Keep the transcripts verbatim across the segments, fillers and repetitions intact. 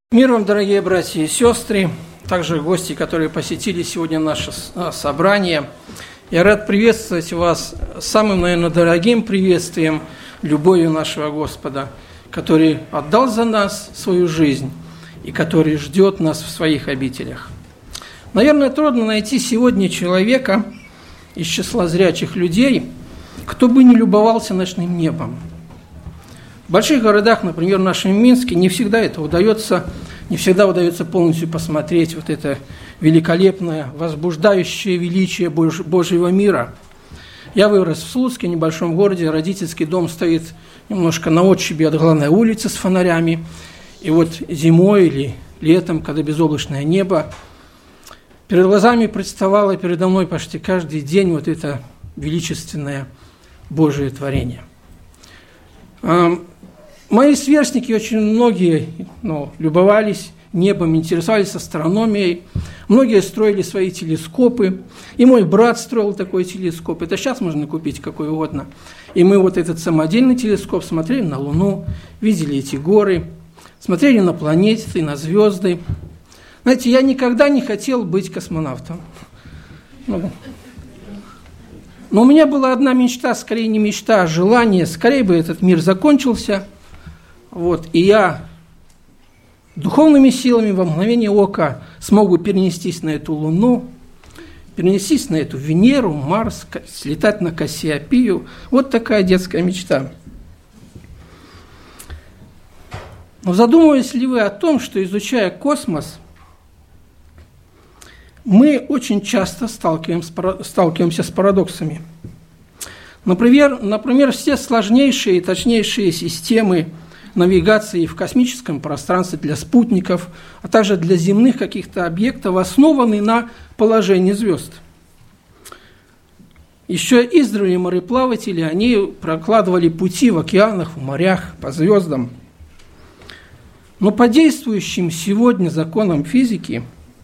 Мир вам, дорогие братья и сестры, также гости, которые посетили сегодня наше собрание. Я рад приветствовать вас самым, наверное, дорогим приветствием, любовью нашего Господа, который отдал за нас свою жизнь и который ждет нас в своих обителях. Наверное, трудно найти сегодня человека из числа зрячих людей, кто бы не любовался ночным небом. В больших городах, например, в нашем Минске, не всегда это удается, не всегда удается полностью посмотреть вот это великолепное, возбуждающее величие Божьего мира. Я вырос в Слуцке, небольшом городе, родительский дом стоит немножко на отшибе от главной улицы с фонарями. И вот зимой или летом, когда безоблачное небо, перед глазами представало передо мной почти каждый день вот это величественное Божие творение. Мои сверстники, очень многие ну, любовались небом, интересовались астрономией. Многие строили свои телескопы. И мой брат строил такой телескоп. Это сейчас можно купить какой угодно. И мы вот этот самодельный телескоп смотрели на Луну, видели эти горы, смотрели на планеты, на звезды. Знаете, я никогда не хотел быть космонавтом. Ну, но у меня была одна мечта, скорее не мечта, а желание. Скорее бы этот мир закончился. Вот, и я духовными силами во мгновение ока смог бы перенестись на эту Луну, перенестись на эту Венеру, Марс, слетать на Кассиопею. Вот такая детская мечта. Но задумывались ли вы о том, что, изучая космос, мы очень часто сталкиваемся, сталкиваемся с парадоксами. Например, например, все сложнейшие и точнейшие системы навигации в космическом пространстве для спутников, а также для земных каких-то объектов, основаны на положении звезд. Еще издревле мореплаватели, они прокладывали пути в океанах, в морях, по звездам. Но по действующим сегодня законам физики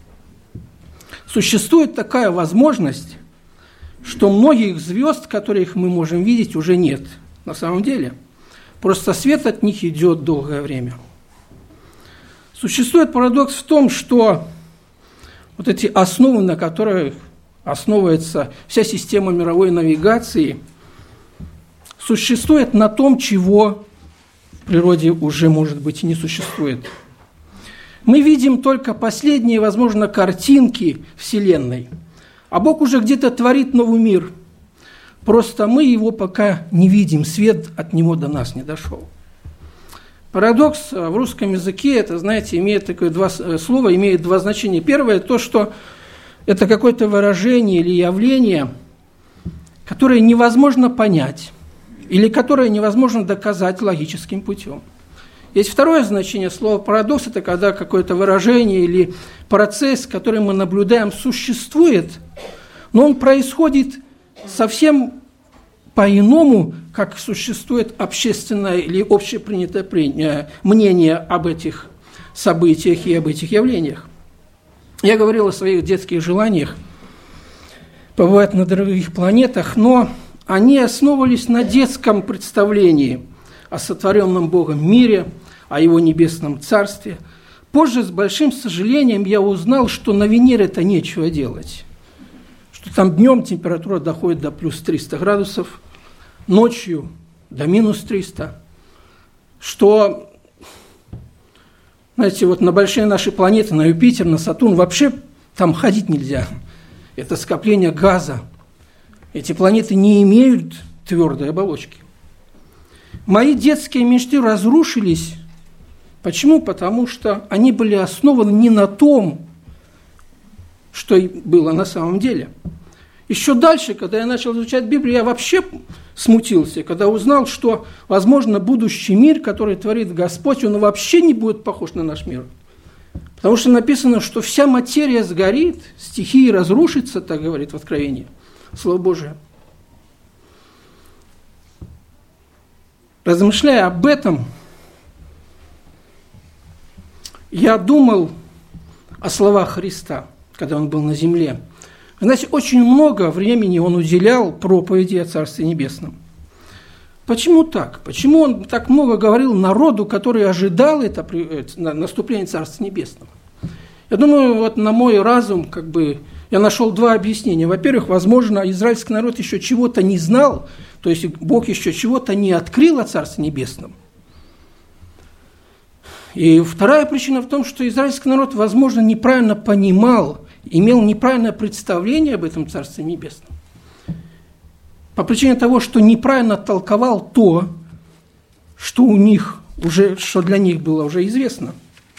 существует такая возможность, что многих звезд, которых мы можем видеть, уже нет на самом деле. Просто свет от них идет долгое время. Существует парадокс в том, что вот эти основы, на которых основывается вся система мировой навигации, существуют на том, чего в природе уже, может быть, и не существует. Мы видим только последние, возможно, картинки Вселенной, а Бог уже где-то творит новый мир. Просто мы его пока не видим, свет от него до нас не дошел. Парадокс в русском языке, это, знаете, имеет такое два слова, имеет два значения. Первое, то, что это какое-то выражение или явление, которое невозможно понять, или которое невозможно доказать логическим путем. Есть второе значение слова «парадокс», это когда какое-то выражение или процесс, который мы наблюдаем, существует, но он происходит совсем по-иному, как существует общественное или общепринятое мнение об этих событиях и об этих явлениях. Я говорил о своих детских желаниях побывать на других планетах, но они основывались на детском представлении о сотворенном Богом мире, о Его небесном царстве. Позже, с большим сожалением, я узнал, что на Венере-то нечего делать. Что там днем температура доходит до плюс триста градусов, ночью до минус триста. Что, знаете, вот на большие наши планеты, на Юпитер, на Сатурн, вообще там ходить нельзя. Это скопление газа. Эти планеты не имеют твердой оболочки. Мои детские мечты разрушились. Почему? Потому что они были основаны не на том, что было на самом деле. Еще дальше, когда я начал изучать Библию, я вообще смутился, когда узнал, что, возможно, будущий мир, который творит Господь, он вообще не будет похож на наш мир. Потому что написано, что вся материя сгорит, стихии разрушится, так говорит в Откровении, Слово Божие. Размышляя об этом, я думал о словах Христа, когда Он был на земле. Знаете, очень много времени Он уделял проповеди о Царстве Небесном. Почему так? Почему он так много говорил народу, который ожидал это наступление Царства Небесного? Я думаю, вот на мой разум, как бы, я нашел два объяснения. Во-первых, возможно, израильский народ еще чего-то не знал, то есть Бог еще чего-то не открыл о Царстве Небесном. И вторая причина в том, что израильский народ, возможно, неправильно понимал, имел неправильное представление об этом Царстве Небесном. По причине того, что неправильно толковал то, что у них уже, что для них было уже известно.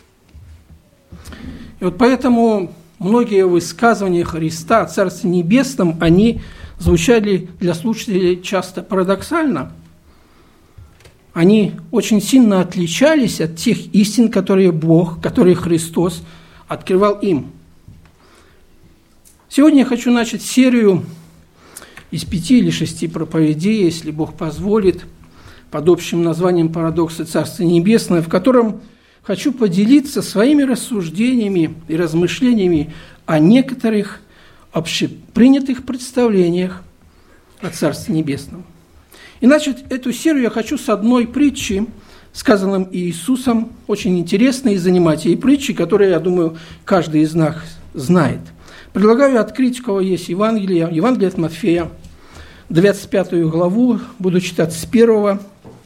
И вот поэтому многие высказывания Христа о Царстве Небесном, они звучали для слушателей часто парадоксально. Они очень сильно отличались от тех истин, которые Бог, которые Христос открывал им. Сегодня я хочу начать серию из пяти или шести проповедей, если Бог позволит, под общим названием «Парадоксы Царства Небесного», в котором хочу поделиться своими рассуждениями и размышлениями о некоторых общепринятых представлениях о Царстве Небесном. И начать эту серию я хочу с одной притчи, сказанной Иисусом, очень интересной и занимательной притчи, которую, я думаю, каждый из нас знает. Предлагаю открыть, у кого есть Евангелие, Евангелие от Матфея, двадцать пятую главу, буду читать с первого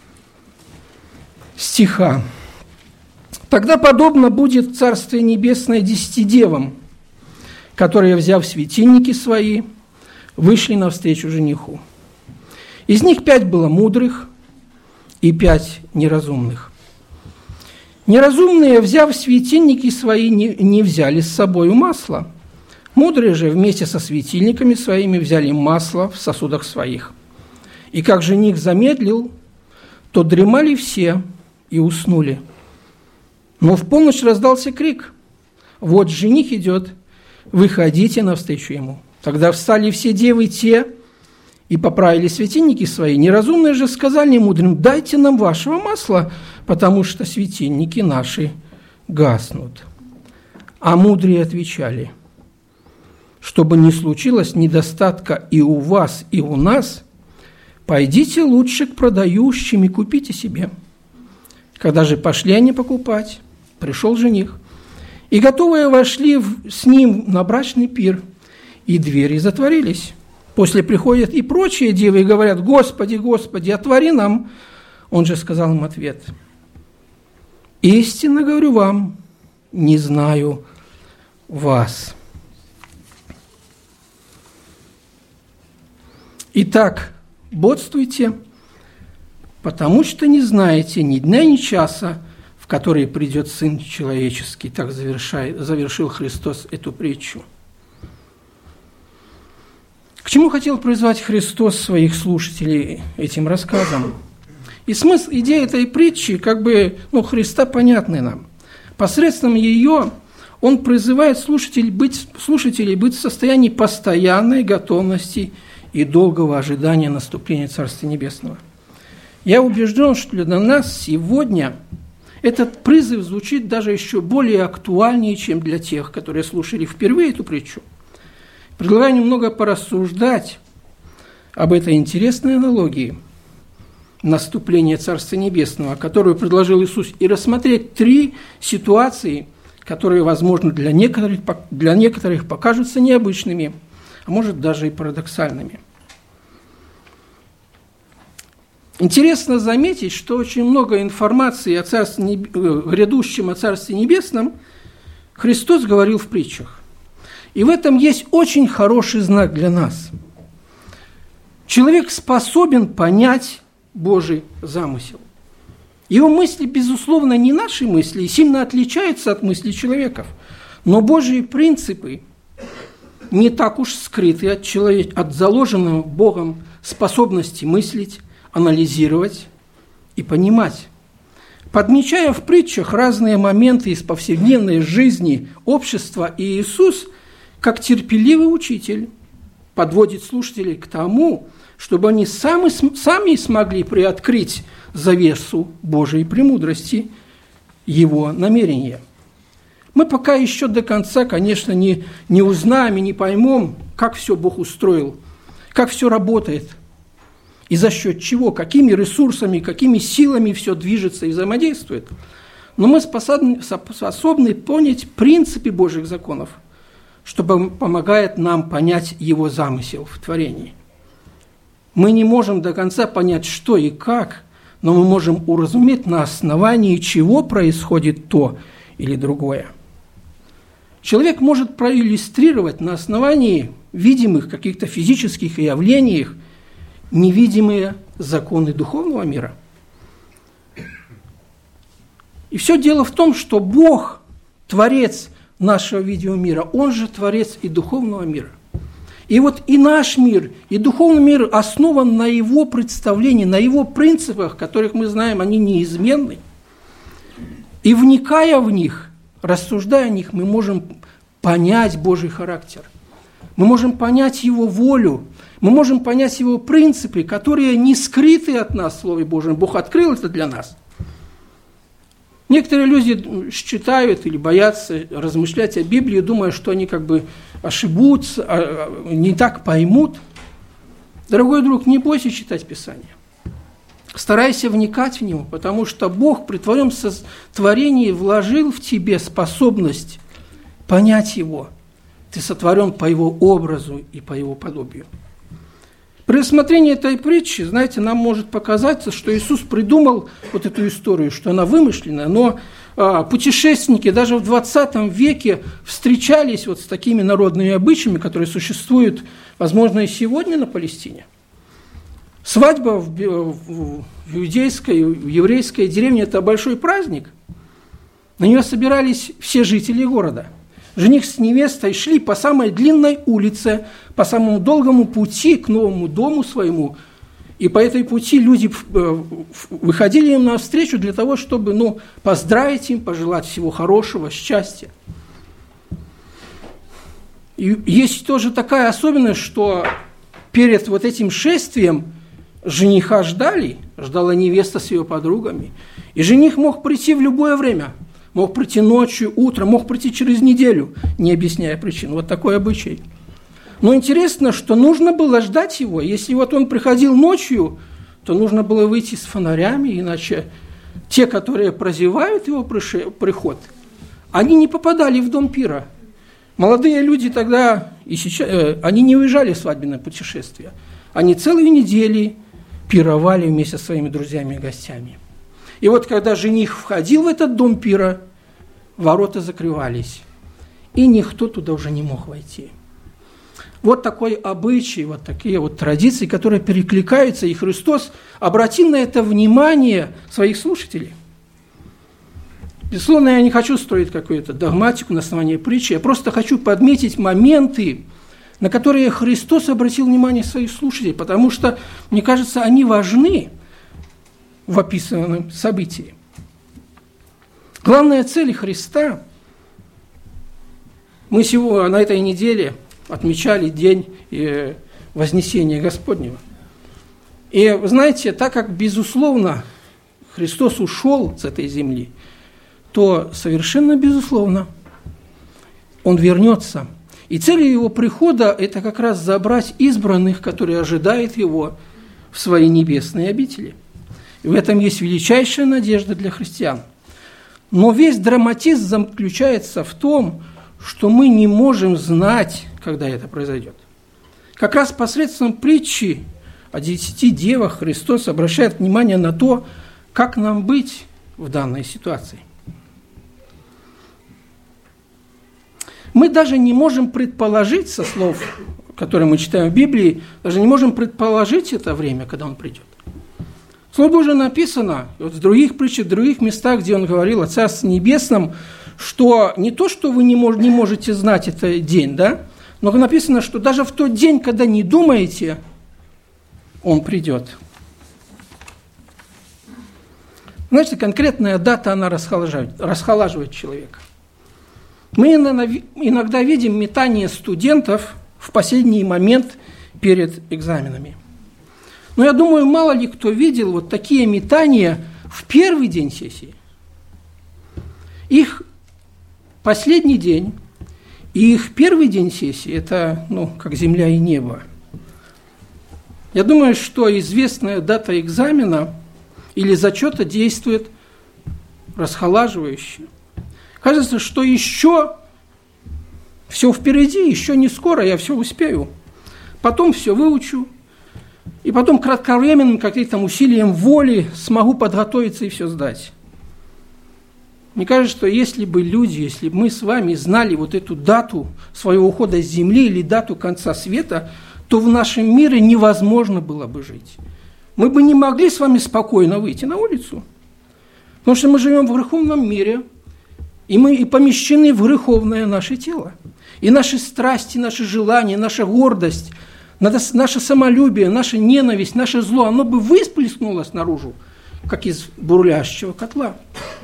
стиха. «Тогда подобно будет Царствие Небесное десяти девам, которые, взяв светильники свои, вышли навстречу жениху. Из них пять было мудрых и пять неразумных. Неразумные, взяв светильники свои, не, не взяли с собой масла. Мудрые же вместе со светильниками своими взяли масло в сосудах своих. И как жених замедлил, то дремали все и уснули. Но в полночь раздался крик: вот жених идет, выходите навстречу ему. Тогда встали все девы те и поправили светильники свои. Неразумные же сказали мудрым: дайте нам вашего масла, потому что светильники наши гаснут. А мудрые отвечали: чтобы не случилось недостатка и у вас, и у нас, пойдите лучше к продающим и купите себе. Когда же пошли они покупать, пришел жених, и готовые вошли в, с ним на брачный пир, и двери затворились. После приходят и прочие девы и говорят: Господи, Господи, отвори нам. Он же сказал им ответ: истинно говорю вам, не знаю вас. Итак, бодствуйте, потому что не знаете ни дня, ни часа, в который придет Сын Человеческий. Так завершил Христос эту притчу. К чему хотел призвать Христос своих слушателей этим рассказом? И смысл, идея этой притчи, как бы, ну, Христа понятны нам. Посредством ее Он призывает слушателей быть, слушателей быть в состоянии постоянной готовности и долгого ожидания наступления Царства Небесного. Я убежден, что для нас сегодня этот призыв звучит даже еще более актуальнее, чем для тех, которые слушали впервые эту притчу. Предлагаю немного порассуждать об этой интересной аналогии наступления Царства Небесного, которую предложил Иисус, и рассмотреть три ситуации, которые, возможно, для некоторых, для некоторых покажутся необычными, а может даже и парадоксальными. Интересно заметить, что очень много информации о Царстве, грядущем о Царстве Небесном Христос говорил в притчах. И в этом есть очень хороший знак для нас. Человек способен понять Божий замысел. Его мысли, безусловно, не наши мысли и сильно отличаются от мыслей человеков, но Божьи принципы не так уж скрыты от, человек, от заложенного Богом способности мыслить, анализировать и понимать. Подмечая в притчах разные моменты из повседневной жизни общества, Иисус, как терпеливый учитель, подводит слушателей к тому, чтобы они сами, сами смогли приоткрыть завесу Божьей премудрости, Его намерения. Мы пока еще до конца, конечно, не, не узнаем и не поймем, как все Бог устроил, как все работает. и за счет чего, какими ресурсами, какими силами все движется и взаимодействует. Но мы способны, способны понять принципы Божьих законов, что помогает нам понять его замысел в творении. Мы не можем до конца понять, что и как, но мы можем уразуметь, на основании чего происходит то или другое. Человек может проиллюстрировать на основании видимых каких-то физических явлений невидимые законы духовного мира. И все дело в том, что Бог, Творец нашего видимого мира, Он же Творец и духовного мира. И вот и наш мир, и духовный мир основан на Его представлении, на Его принципах, которых мы знаем, они неизменны. И вникая в них, рассуждая о них, мы можем понять Божий характер. Мы можем понять Его волю, мы можем понять Его принципы, которые не скрыты от нас в Слове Божьем. Бог открыл это для нас. Некоторые люди считают или боятся размышлять о Библии, думая, что они как бы ошибутся, не так поймут. Дорогой друг, не бойся читать Писание. Старайся вникать в него, потому что Бог при твоем творении вложил в тебе способность понять Его. Ты сотворен по Его образу и по Его подобию. При рассмотрении этой притчи, знаете, нам может показаться, что Иисус придумал вот эту историю, что она вымышленная, но а, путешественники даже в двадцатом веке встречались вот с такими народными обычаями, которые существуют, возможно, и сегодня на Палестине. Свадьба в, в, в иудейской, в еврейской деревне – это большой праздник. На нее собирались все жители города. Жених с невестой шли по самой длинной улице, по самому долгому пути к новому дому своему. И по этой пути люди выходили им навстречу для того, чтобы ну, поздравить им, пожелать всего хорошего, счастья. И есть тоже такая особенность, что перед вот этим шествием жениха ждали, ждала невеста с ее подругами. И жених мог прийти в любое время. Мог прийти ночью, утром, мог прийти через неделю, не объясняя причин. Вот такой обычай. Но интересно, что нужно было ждать его. Если вот он приходил ночью, то нужно было выйти с фонарями, иначе те, которые прозевают его приход, они не попадали в дом пира. Молодые люди тогда, и сейчас, э, они не уезжали в свадебное путешествие. Они целые недели пировали вместе со своими друзьями и гостями. И вот когда жених входил в этот дом пира, ворота закрывались, и никто туда уже не мог войти. Вот такой обычай, вот такие вот традиции, которые перекликаются, и Христос обратил на это внимание своих слушателей. Безусловно, я не хочу строить какую-то догматику на основании притчи, я просто хочу подметить моменты, на которые Христос обратил внимание своих слушателей, потому что, мне кажется, они важны в описанном событии. Главная цель Христа, мы сегодня на этой неделе отмечали день Вознесения Господнего. И вы знаете, так как, безусловно, Христос ушел с этой земли, то совершенно безусловно Он вернется. И целью Его прихода – это как раз забрать избранных, которые ожидают Его в свои небесные обители. И в этом есть величайшая надежда для христиан. Но весь драматизм заключается в том, что мы не можем знать, когда это произойдет. Как раз посредством притчи о десяти девах Христос обращает внимание на то, как нам быть в данной ситуации. Мы даже не можем предположить, со слов, которые мы читаем в Библии, даже не можем предположить это время, когда Он придет. Слово Божие написано вот в других притчах, в других местах, где Он говорил о Царстве Небесном, что не то, что вы не, мож, не можете знать этот день, да, но написано, что даже в тот день, когда не думаете, Он придет. Знаете, конкретная дата, она расхолаживает, расхолаживает человека. Мы иногда видим метание студентов в последний момент перед экзаменами. Но я думаю, мало ли кто видел вот такие метания в первый день сессии. Их последний день и их первый день сессии – это, ну, как земля и небо. Я думаю, что известная дата экзамена или зачета действует расхолаживающе. Кажется, что еще все впереди, еще не скоро я все успею. Потом все выучу, и потом кратковременным каким-то усилием воли смогу подготовиться и все сдать. Мне кажется, что если бы люди, если бы мы с вами знали вот эту дату своего ухода с земли или дату конца света, то в нашем мире невозможно было бы жить. Мы бы не могли с вами спокойно выйти на улицу, потому что мы живем в греховном мире, и мы и помещены в греховное наше тело. И наши страсти, наши желания, наша гордость, наше самолюбие, наша ненависть, наше зло, оно бы выплеснулось наружу, как из бурлящего котла.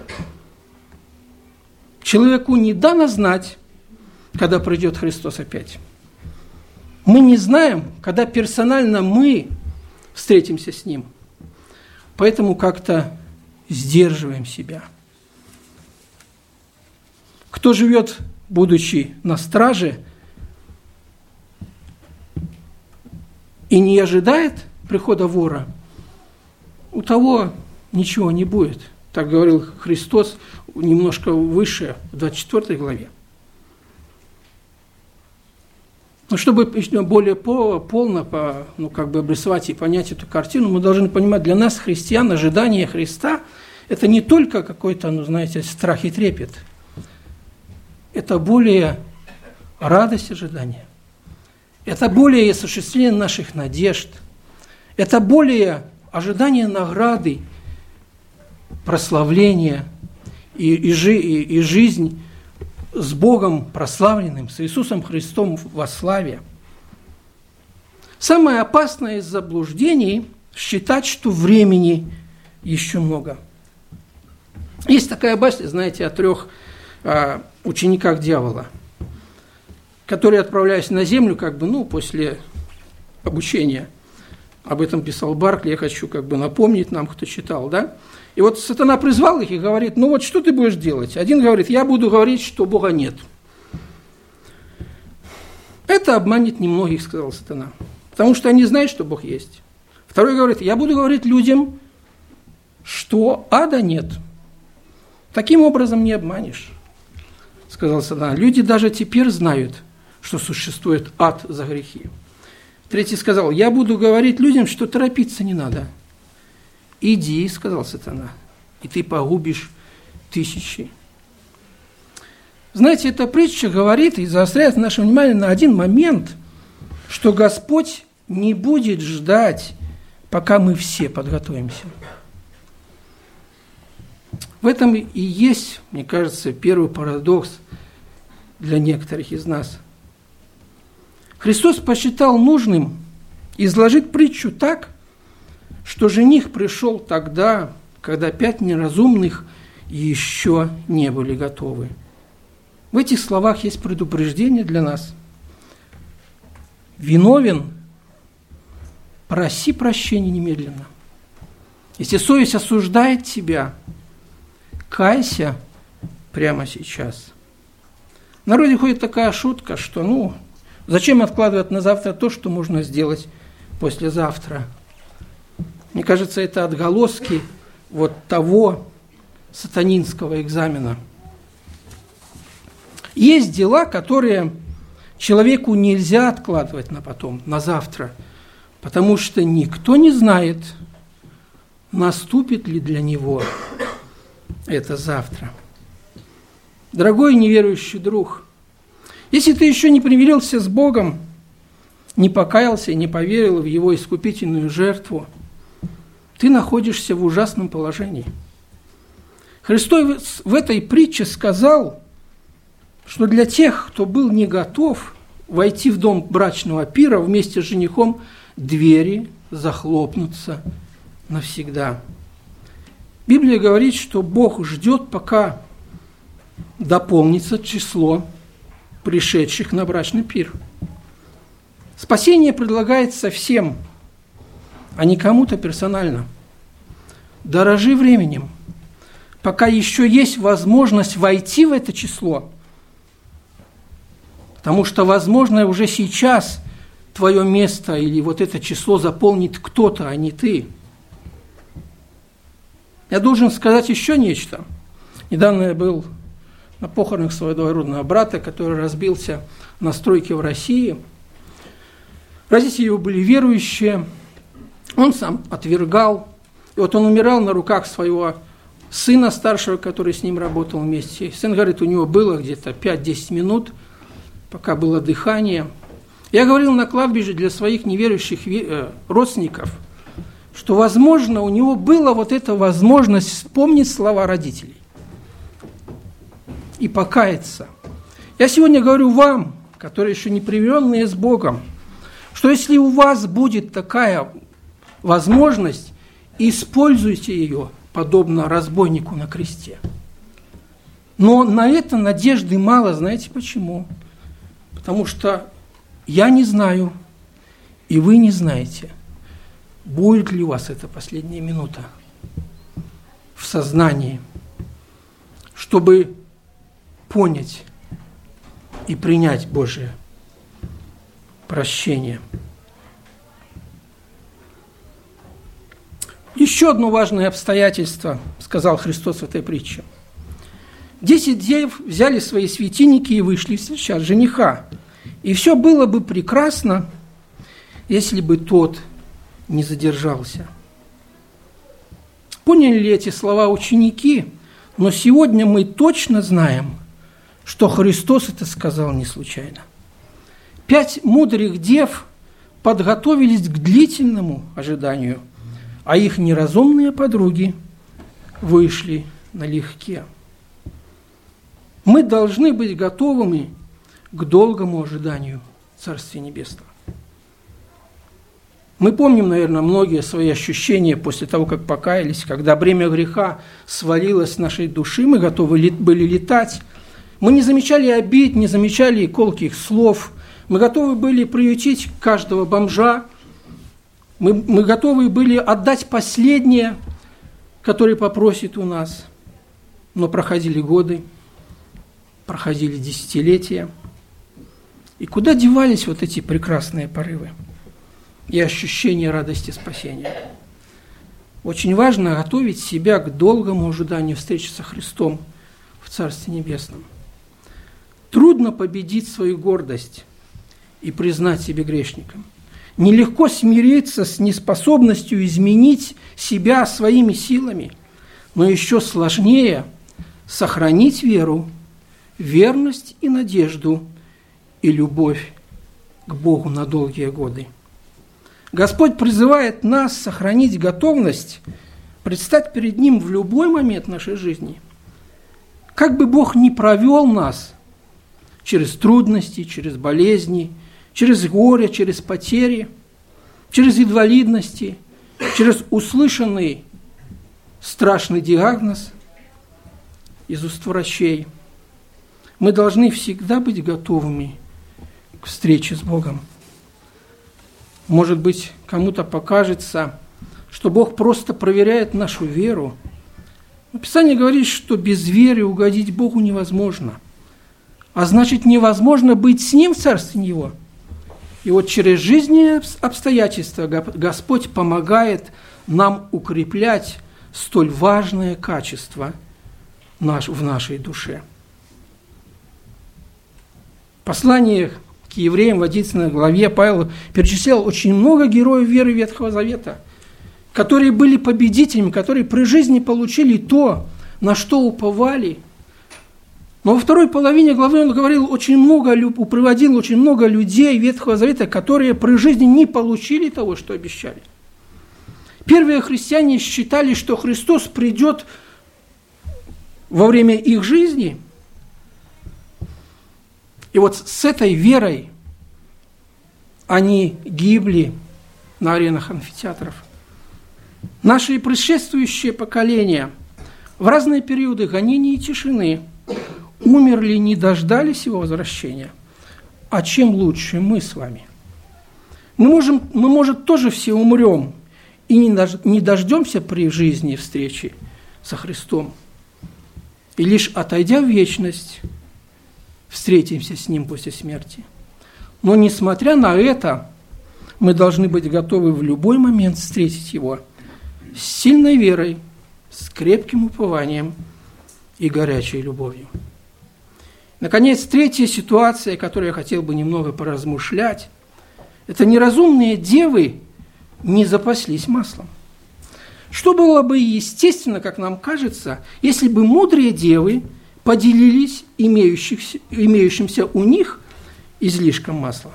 Человеку не дано знать, когда придет Христос опять. Мы не знаем, когда персонально мы встретимся с Ним. Поэтому как-то сдерживаем себя. Кто живет, будучи на страже, и не ожидает прихода вора, у того ничего не будет. Так говорил Христос немножко выше, в двадцать четвёртой главе. Но чтобы более полно ну, как бы обрисовать и понять эту картину, мы должны понимать, для нас, христиан, ожидание Христа – это не только какой-то, ну, знаете, страх и трепет. Это более радость ожидания. Это более осуществление наших надежд. Это более ожидание награды, прославления и, и, и, и жизнь с Богом прославленным, с Иисусом Христом во славе. Самое опасное из заблуждений – считать, что времени еще много. Есть такая басня, знаете, о трех а, учениках дьявола, которые, отправляясь на землю, как бы, ну, после обучения, об этом писал Баркли, я хочу как бы напомнить нам, кто читал, да? И вот сатана призвал их и говорит, ну вот что ты будешь делать? Один говорит, я буду говорить, что Бога нет. Это обманет немногих, сказал сатана, потому что они знают, что Бог есть. Второй говорит, я буду говорить людям, что ада нет. Таким образом не обманешь, сказал сатана. Люди даже теперь знают, что существует ад за грехи. Третий сказал, я буду говорить людям, что торопиться не надо. «Иди», – сказал сатана, – «и ты погубишь тысячи». Знаете, эта притча говорит и заостряет наше внимание на один момент, что Господь не будет ждать, пока мы все подготовимся. В этом и есть, мне кажется, первый парадокс для некоторых из нас. Христос посчитал нужным изложить притчу так, что жених пришел тогда, когда пять неразумных еще не были готовы. В этих словах есть предупреждение для нас. Виновен, проси прощения немедленно. Если совесть осуждает тебя, кайся прямо сейчас. В народе ходит такая шутка, что, ну, зачем откладывать на завтра то, что можно сделать послезавтра? Мне кажется, это отголоски вот того сатанинского экзамена. Есть дела, которые человеку нельзя откладывать на потом, на завтра, потому что никто не знает, наступит ли для него это завтра. Дорогой неверующий друг, если ты еще не примирился с Богом, не покаялся и не поверил в Его искупительную жертву, ты находишься в ужасном положении. Христос в этой притче сказал, что для тех, кто был не готов войти в дом брачного пира вместе с женихом, двери захлопнутся навсегда. Библия говорит, что Бог ждет, пока дополнится число пришедших на брачный пир. Спасение предлагается всем, а не кому-то персонально. Дорожи временем, пока еще есть возможность войти в это число, потому что, возможно, уже сейчас твое место или вот это число заполнит кто-то, а не ты. Я должен сказать еще нечто. Недавно я был на похоронах своего двоюродного брата, который разбился на стройке в России. Родители его были верующие, он сам отвергал. И вот он умирал на руках своего сына старшего, который с ним работал вместе. Сын говорит, у него было где-то пять-десять минут, пока было дыхание. Я говорил на кладбище для своих неверующих родственников, что, возможно, у него была вот эта возможность вспомнить слова родителей и покаяться. Я сегодня говорю вам, которые еще не примиренные с Богом, что если у вас будет такая возможность, используйте ее, подобно разбойнику на кресте. Но на это надежды мало, знаете почему? Потому что я не знаю, и вы не знаете, будет ли у вас эта последняя минута в сознании, чтобы понять и принять Божие прощение. Еще одно важное обстоятельство, сказал Христос в этой притче. Десять дев взяли свои светильники и вышли встречать жениха. И все было бы прекрасно, если бы тот не задержался. Поняли ли эти слова ученики? Но сегодня мы точно знаем, что Христос это сказал не случайно. Пять мудрых дев подготовились к длительному ожиданию, а их неразумные подруги вышли налегке. Мы должны быть готовыми к долгому ожиданию Царствия Небесного. Мы помним, наверное, многие свои ощущения после того, как покаялись, когда бремя греха свалилось с нашей души, мы готовы были летать. Мы не замечали обид, не замечали колких слов. Мы готовы были приютить каждого бомжа. Мы, мы готовы были отдать последнее, которое попросит у нас. Но проходили годы, проходили десятилетия. И куда девались вот эти прекрасные порывы и ощущение радости спасения? Очень важно готовить себя к долгому ожиданию встречи со Христом в Царстве Небесном. Трудно победить свою гордость и признать себя грешником. Нелегко смириться с неспособностью изменить себя своими силами, но еще сложнее сохранить веру, верность и надежду и любовь к Богу на долгие годы. Господь призывает нас сохранить готовность предстать перед Ним в любой момент нашей жизни. Как бы Бог ни провел нас через трудности, через болезни, через горе, через потери, через инвалидности, через услышанный страшный диагноз из уст врачей, мы должны всегда быть готовыми к встрече с Богом. Может быть, кому-то покажется, что Бог просто проверяет нашу веру. Но Писание говорит, что без веры угодить Богу невозможно. А значит, невозможно быть с Ним в Царстве Его. И вот через жизненные обстоятельства Господь помогает нам укреплять столь важное качество в нашей душе. В послании к евреям в одиннадцатой главе Павел перечислял очень много героев веры Ветхого Завета, которые были победителями, которые при жизни получили то, на что уповали. Но во второй половине главы он говорил очень много, приводил очень много людей Ветхого Завета, которые при жизни не получили того, что обещали. Первые христиане считали, что Христос придет во время их жизни. И вот с этой верой они гибли на аренах амфитеатров. Наши предшествующие поколения в разные периоды гонений и тишины умерли, не дождались его возвращения. А чем лучше мы с вами? Мы, можем, мы может, тоже все умрем и не дождемся при жизни встречи со Христом. И лишь отойдя в вечность, встретимся с Ним после смерти. Но, несмотря на это, мы должны быть готовы в любой момент встретить Его с сильной верой, с крепким упованием и горячей любовью. Наконец, третья ситуация, о которой я хотел бы немного поразмышлять, это неразумные девы не запаслись маслом. Что было бы естественно, как нам кажется, если бы мудрые девы поделились имеющимся у них излишком масла.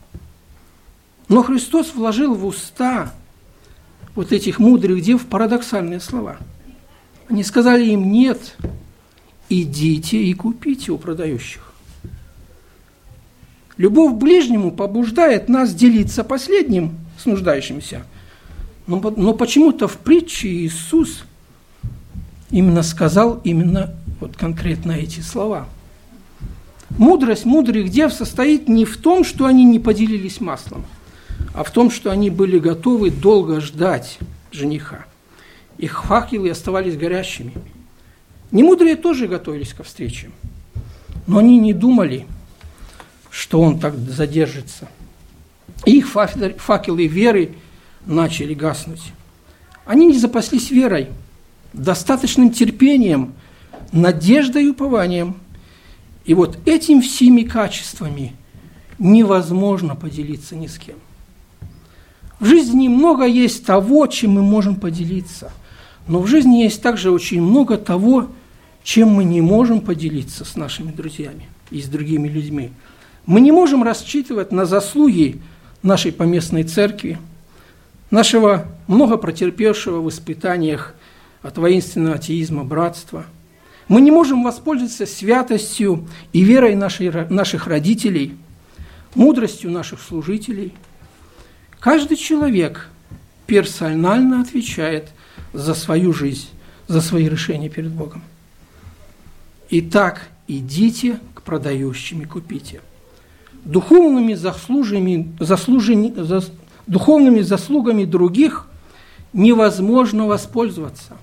Но Христос вложил в уста вот этих мудрых дев парадоксальные слова. Они сказали им: нет, идите и купите у продающих. Любовь к ближнему побуждает нас делиться последним с нуждающимся. Но, но почему-то в притче Иисус именно сказал именно вот конкретно эти слова. Мудрость мудрых дев состоит не в том, что они не поделились маслом, а в том, что они были готовы долго ждать жениха. Их факелы оставались горящими. Немудрые тоже готовились ко встрече, но они не думали, что он так задержится. Их факелы веры начали гаснуть. Они не запаслись верой, достаточным терпением, надеждой и упованием. И вот этими всеми качествами невозможно поделиться ни с кем. В жизни много есть того, чем мы можем поделиться, но в жизни есть также очень много того, чем мы не можем поделиться с нашими друзьями и с другими людьми. Мы не можем рассчитывать на заслуги нашей поместной церкви, нашего много претерпевшего в испытаниях от воинственного атеизма братства. Мы не можем воспользоваться святостью и верой нашей, наших родителей, мудростью наших служителей. Каждый человек персонально отвечает за свою жизнь, за свои решения перед Богом. Итак, идите к продающим и купите. Духовными заслугами, заслужени, зас, духовными заслугами других невозможно воспользоваться.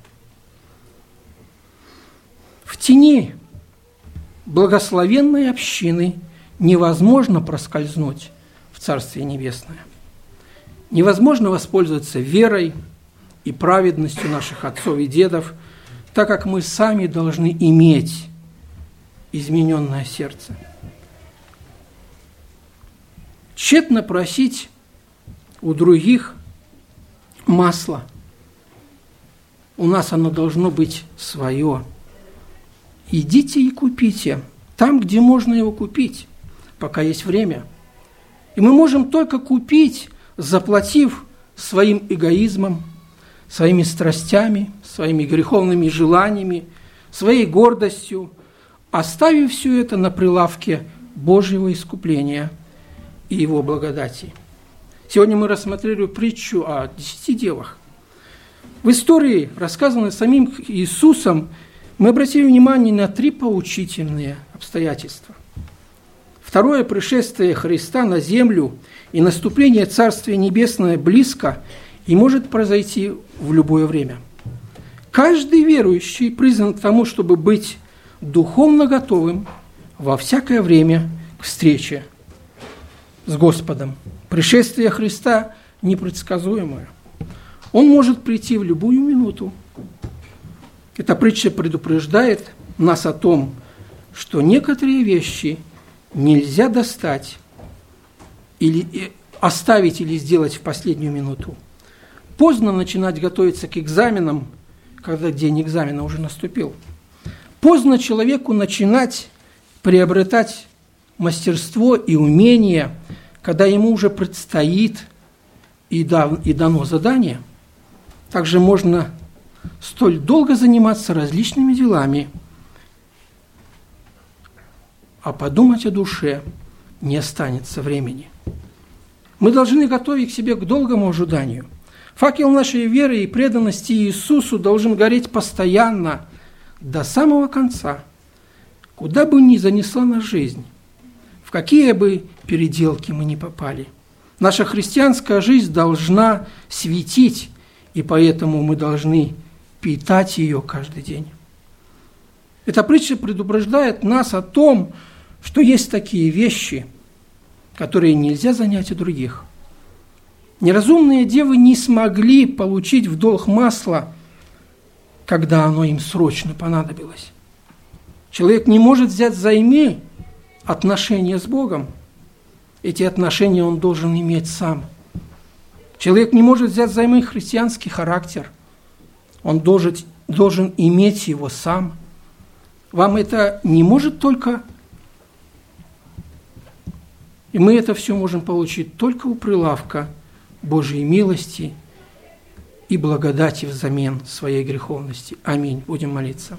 В тени благословенной общины невозможно проскользнуть в Царствие Небесное. Невозможно воспользоваться верой и праведностью наших отцов и дедов, так как мы сами должны иметь измененное сердце. Тщетно просить у других масла. У нас оно должно быть свое. Идите и купите там, где можно его купить, пока есть время. И мы можем только купить, заплатив своим эгоизмом, своими страстями, своими греховными желаниями, своей гордостью, оставив все это на прилавке Божьего искупления и Его благодати. Сегодня мы рассмотрели притчу о десяти девах. В истории, рассказанной самим Иисусом, мы обратили внимание на три поучительные обстоятельства. Второе, пришествие Христа на землю и наступление Царствия Небесного близко и может произойти в любое время. Каждый верующий призван к тому, чтобы быть духовно готовым во всякое время к встрече с Господом. Пришествие Христа непредсказуемое. Он может прийти в любую минуту. Эта притча предупреждает нас о том, что некоторые вещи нельзя достать или оставить или сделать в последнюю минуту. Поздно начинать готовиться к экзаменам, когда день экзамена уже наступил. Поздно человеку начинать приобретать мастерство и умение, когда ему уже предстоит и дано задание. Также можно столь долго заниматься различными делами, а подумать о душе не останется времени. Мы должны готовить себя к долгому ожиданию. Факел нашей веры и преданности Иисусу должен гореть постоянно, до самого конца, куда бы ни занесла нас жизнь, в какие бы переделки мы ни попали. Наша христианская жизнь должна светить, и поэтому мы должны питать ее каждый день. Эта притча предупреждает нас о том, что есть такие вещи, которые нельзя занять у других. Неразумные девы не смогли получить в долг масло, когда оно им срочно понадобилось. Человек не может взять взаймы отношения с Богом. Эти отношения он должен иметь сам. Человек не может взять взаймы христианский характер. Он должен, должен иметь его сам. Вам это не может только... И мы это все можем получить только у прилавка Божьей милости и благодати взамен своей греховности. Аминь. Будем молиться.